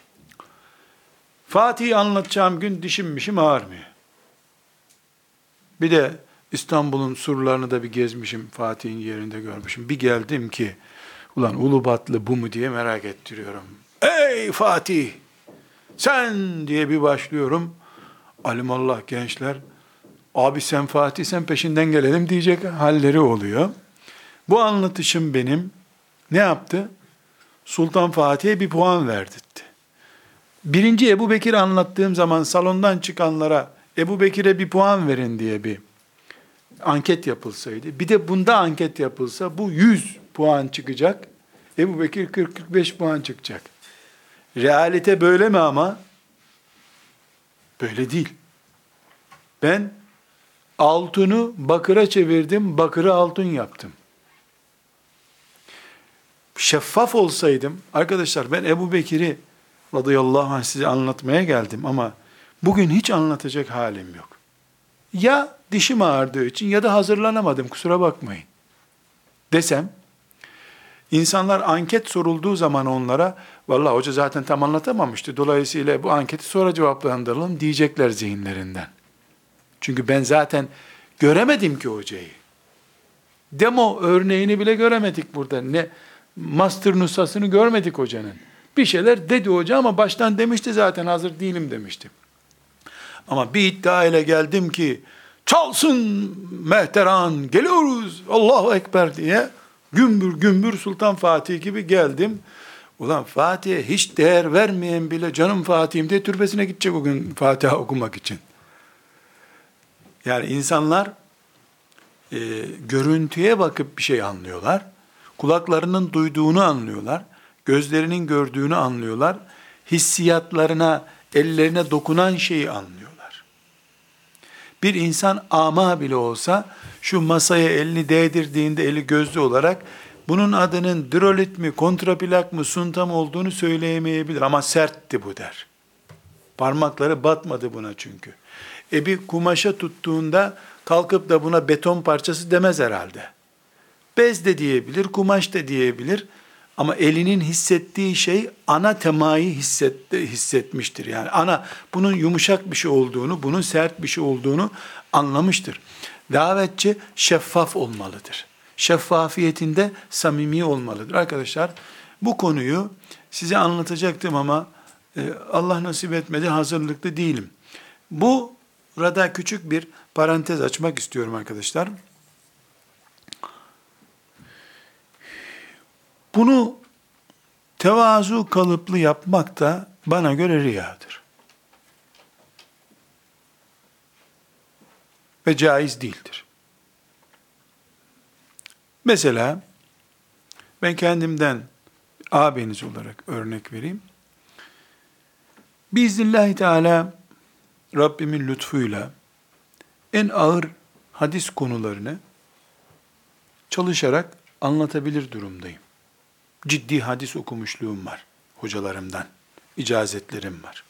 Fatih'i anlatacağım gün dişimmişim ağrımıyor. Bir de İstanbul'un surlarını da bir gezmişim. Fatih'in yerinde görmüşüm. Bir geldim ki ulan Ulubatlı bu mu diye merak ettiriyorum. Ey Fatih! Sen diye bir başlıyorum. Alimallah gençler, abi sen Fatih sen peşinden gelelim diyecek halleri oluyor. Bu anlatışım benim ne yaptı? Sultan Fatih'e bir puan verdirtti. Birinci Ebu Bekir anlattığım zaman salondan çıkanlara Ebu Bekir'e bir puan verin diye bir anket yapılsaydı, bir de bunda anket yapılsa bu 100 puan çıkacak, Ebu Bekir 40-45 puan çıkacak. Realite böyle mi ama? Böyle değil. Ben altını bakıra çevirdim, bakırı altın yaptım. Şeffaf olsaydım, arkadaşlar ben Ebu Bekir'i radıyallahu anh size anlatmaya geldim ama bugün hiç anlatacak halim yok. Ya dişim ağrıdığı için ya da hazırlanamadım, kusura bakmayın desem, insanlar anket sorulduğu zaman onlara, vallahi hoca zaten tam anlatamamıştı, dolayısıyla bu anketi sonra cevaplandıralım diyecekler zihinlerinden. Çünkü ben zaten göremedim ki hocayı. Demo örneğini bile göremedik burada. Ne master nusasını görmedik hocanın. Bir şeyler dedi hoca ama baştan demişti zaten hazır değilim demişti. Ama bir iddia ile geldim ki çalsın mehteran geliyoruz Allahu Ekber diye gümbür gümbür Sultan Fatih gibi geldim. Ulan Fatih'e hiç değer vermeyen bile canım Fatih'im diye türbesine gidecek o gün Fatiha okumak için. Yani insanlar görüntüye bakıp bir şey anlıyorlar. Kulaklarının duyduğunu anlıyorlar. Gözlerinin gördüğünü anlıyorlar. Hissiyatlarına, ellerine dokunan şeyi anlıyorlar. Bir insan ama bile olsa şu masaya elini değdirdiğinde eli gözlü olarak bunun adının drolit mi, kontraplak mı, suntam olduğunu söyleyemeyebilir ama sertti bu der. Parmakları batmadı buna çünkü. Bir kumaşa tuttuğunda kalkıp da buna beton parçası demez herhalde. Bez de diyebilir, kumaş da diyebilir. Ama elinin hissettiği şey ana temayı hissetmiştir. Yani ana bunun yumuşak bir şey olduğunu, bunun sert bir şey olduğunu anlamıştır. Davetçi şeffaf olmalıdır. Şeffafiyetinde samimi olmalıdır. Arkadaşlar bu konuyu size anlatacaktım ama Allah nasip etmedi, hazırlıklı değilim. Burada küçük bir parantez açmak istiyorum arkadaşlar. Bunu tevazu kalıplı yapmak da bana göre riyadır. Ve caiz değildir. Mesela ben kendimden ağabeyiniz olarak örnek vereyim. Biiznillahü Teala Rabbimin lütfuyla en ağır hadis konularını çalışarak anlatabilir durumdayım. Ciddi hadis okumuşluğum var hocalarımdan, icazetlerim var.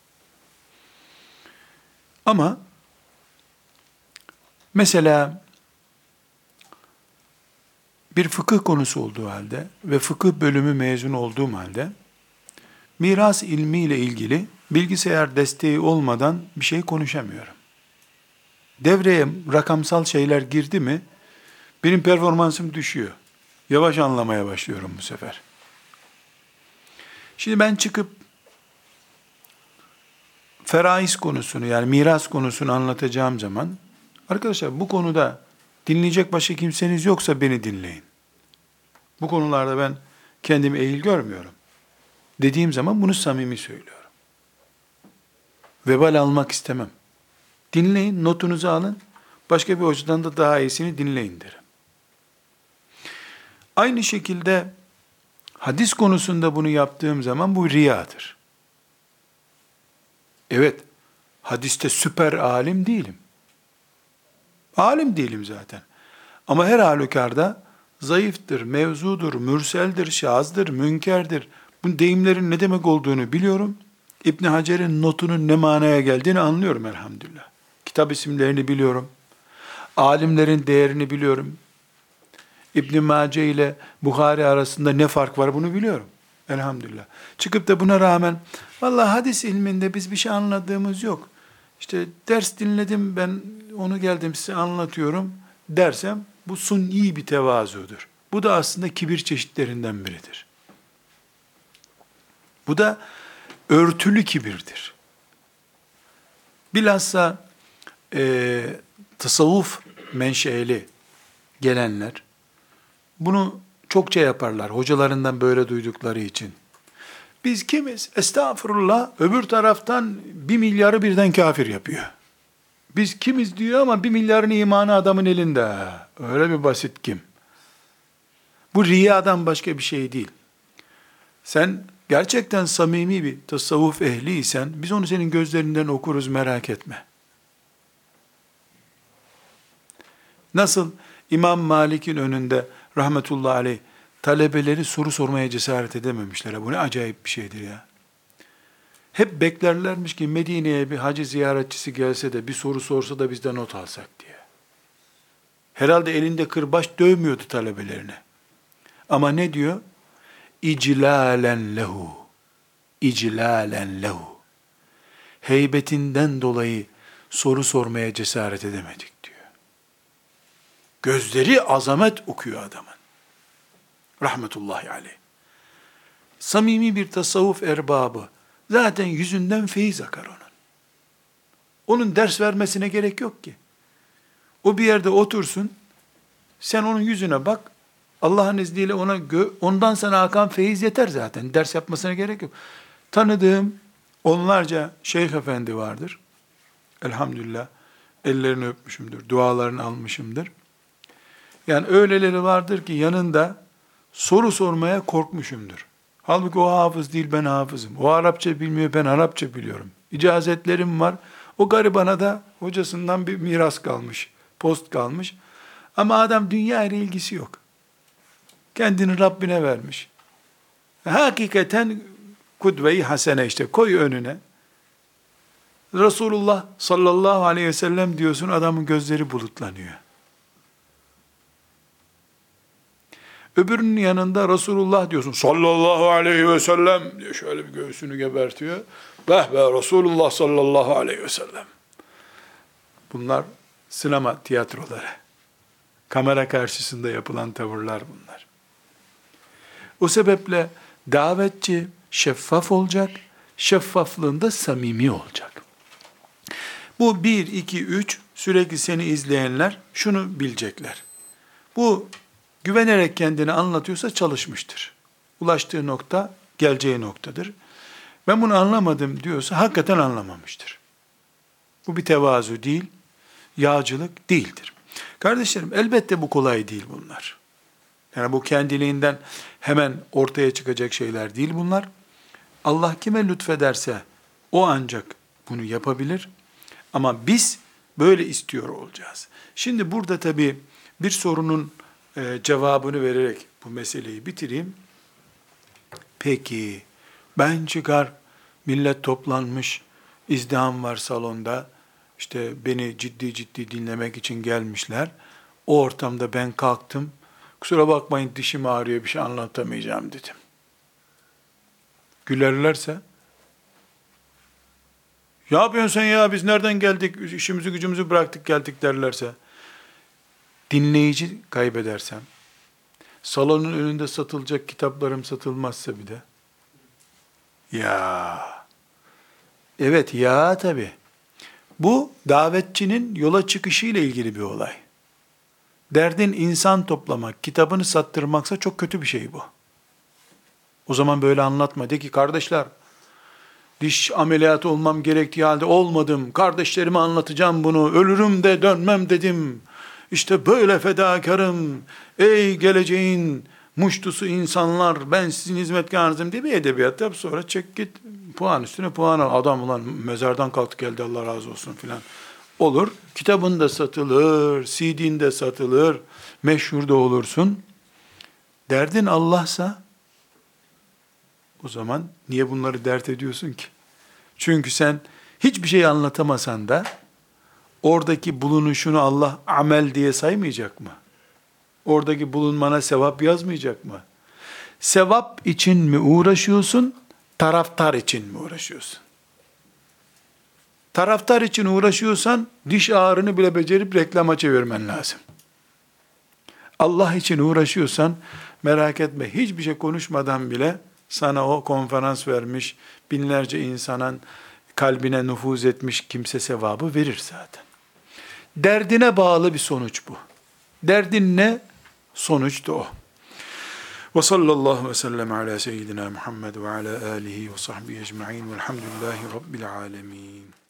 Ama mesela bir fıkıh konusu olduğu halde ve fıkıh bölümü mezun olduğum halde miras ilmiyle ilgili bilgisayar desteği olmadan bir şey konuşamıyorum. Devreye rakamsal şeyler girdi mi benim performansım düşüyor. Yavaş anlamaya başlıyorum bu sefer. Şimdi ben çıkıp feraiz konusunu yani miras konusunu anlatacağım zaman arkadaşlar bu konuda dinleyecek başka kimseniz yoksa beni dinleyin. Bu konularda ben kendimi eğil görmüyorum. Dediğim zaman bunu samimi söylüyorum. Vebal almak istemem. Dinleyin, notunuzu alın. Başka bir hocadan da daha iyisini dinleyin derim. Aynı şekilde hadis konusunda bunu yaptığım zaman bu riyadır. Evet, hadiste süper alim değilim. Alim değilim zaten. Ama her halükarda zayıftır, mevzudur, mürseldir, şazdır, münkerdir. Bu deyimlerin ne demek olduğunu biliyorum. İbn Hacer'in notunun ne manaya geldiğini anlıyorum elhamdülillah. Kitap isimlerini biliyorum. Alimlerin değerini biliyorum. İbn Mace ile Buhari arasında ne fark var bunu biliyorum. Elhamdülillah. Çıkıp da buna rağmen vallahi hadis ilminde biz bir şey anladığımız yok. İşte ders dinledim ben onu geldim size anlatıyorum dersem bu suni bir tevazudur. Bu da aslında kibir çeşitlerinden biridir. Bu da örtülü kibirdir. Bilhassa tasavvuf menşeli gelenler bunu çokça yaparlar. Hocalarından böyle duydukları için. Biz kimiz? Estağfurullah. Öbür taraftan 1 milyarı birden kafir yapıyor. Biz kimiz diyor ama 1 milyarın imanı adamın elinde. Öyle bir basit kim? Bu riyadan başka bir şey değil. Sen gerçekten samimi bir tasavvuf ehliysen biz onu senin gözlerinden okuruz merak etme. Nasıl İmam Malik'in önünde rahmetullahi aleyh talebeleri soru sormaya cesaret edememişler. Bu ne acayip bir şeydir ya. Hep beklerlermiş ki Medine'ye bir hacı ziyaretçisi gelse de bir soru sorsa da biz de not alsak diye. Herhalde elinde kırbaç dövmüyordu talebelerine. Ama ne diyor? İclalen lehu. İclalen lehu. Heybetinden dolayı soru sormaya cesaret edemedik diyor. Gözleri azamet okuyor adamın. Rahmetullahi aleyh. Samimi bir tasavvuf erbabı. Zaten yüzünden feyiz akar onun. Onun ders vermesine gerek yok ki. O bir yerde otursun, sen onun yüzüne bak, Allah'ın izniyle ondan sana akan feyiz yeter zaten. Ders yapmasına gerek yok. Tanıdığım onlarca şeyh efendi vardır. Elhamdülillah ellerini öpmüşümdür, dualarını almışımdır. Yani öyleleri vardır ki yanında soru sormaya korkmuşumdur. Halbuki o hafız değil, ben hafızım. O Arapça bilmiyor, ben Arapça biliyorum. İcazetlerim var. O garibana da hocasından bir miras kalmış, post kalmış. Ama adam dünya ile ilgisi yok. Kendini Rabbine vermiş. Hakikaten kudve-i hasene işte koy önüne. Resulullah sallallahu aleyhi ve sellem diyorsun, adamın gözleri bulutlanıyor. Öbürünün yanında Resulullah diyorsun, sallallahu aleyhi ve sellem diyor, şöyle bir göğsünü gebertiyor. Be Resulullah sallallahu aleyhi ve sellem. Bunlar sinema tiyatroları. Kamera karşısında yapılan tavırlar bunlar. O sebeple davetçi şeffaf olacak, şeffaflığında samimi olacak. Bu 1, 2, 3 sürekli seni izleyenler şunu bilecekler. Bu güvenerek kendini anlatıyorsa çalışmıştır. Ulaştığı nokta geleceği noktadır. Ben bunu anlamadım diyorsa hakikaten anlamamıştır. Bu bir tevazu değil, yağcılık değildir. Kardeşlerim elbette bu kolay değil bunlar. Yani bu kendiliğinden hemen ortaya çıkacak şeyler değil bunlar. Allah kime lütfederse o ancak bunu yapabilir. Ama biz böyle istiyor olacağız. Şimdi burada tabii bir sorunun cevabını vererek bu meseleyi bitireyim. Peki ben çıkar, millet toplanmış, izdiham var salonda, işte beni ciddi ciddi dinlemek için gelmişler. O ortamda ben kalktım, kusura bakmayın dişim ağrıyor bir şey anlatamayacağım dedim. Gülerlerse, ya yapıyorsun sen ya biz nereden geldik, işimizi gücümüzü bıraktık geldik derlerse, dinleyici kaybedersem, salonun önünde satılacak kitaplarım satılmazsa bir de, ya, evet ya tabii, bu davetçinin yola çıkışı ile ilgili bir olay. Derdin insan toplamak, kitabını sattırmaksa çok kötü bir şey bu. O zaman böyle anlatma. De ki kardeşler, diş ameliyatı olmam gerektiği halde olmadım. Kardeşlerime anlatacağım bunu. Ölürüm de dönmem dedim. İşte böyle fedakarım. Ey geleceğin muştusu insanlar, ben sizin hizmetkarınızım diye bir edebiyat yap, sonra çek git, puan üstüne puan al. Adam ulan mezardan kalktı geldi, Allah razı olsun filan. Olur. Kitabın da satılır, CD'in de satılır, meşhur da olursun. Derdin Allah'sa, o zaman niye bunları dert ediyorsun ki? Çünkü sen hiçbir şey anlatamasan da, oradaki bulunuşunu Allah amel diye saymayacak mı? Oradaki bulunmana sevap yazmayacak mı? Sevap için mi uğraşıyorsun, taraftar için mi uğraşıyorsun? Taraftar için uğraşıyorsan, diş ağrını bile becerip reklama çevirmen lazım. Allah için uğraşıyorsan, merak etme, hiçbir şey konuşmadan bile sana o konferans vermiş, binlerce insanın kalbine nüfuz etmiş kimse sevabı verir zaten. Derdine bağlı bir sonuç bu. Derdin ne? Sonuç da o. Ve sallallahu ve sellem ala seyyidina Muhammed ve ala alihi ve sahbihi ecma'in velhamdülillahi rabbil alemin.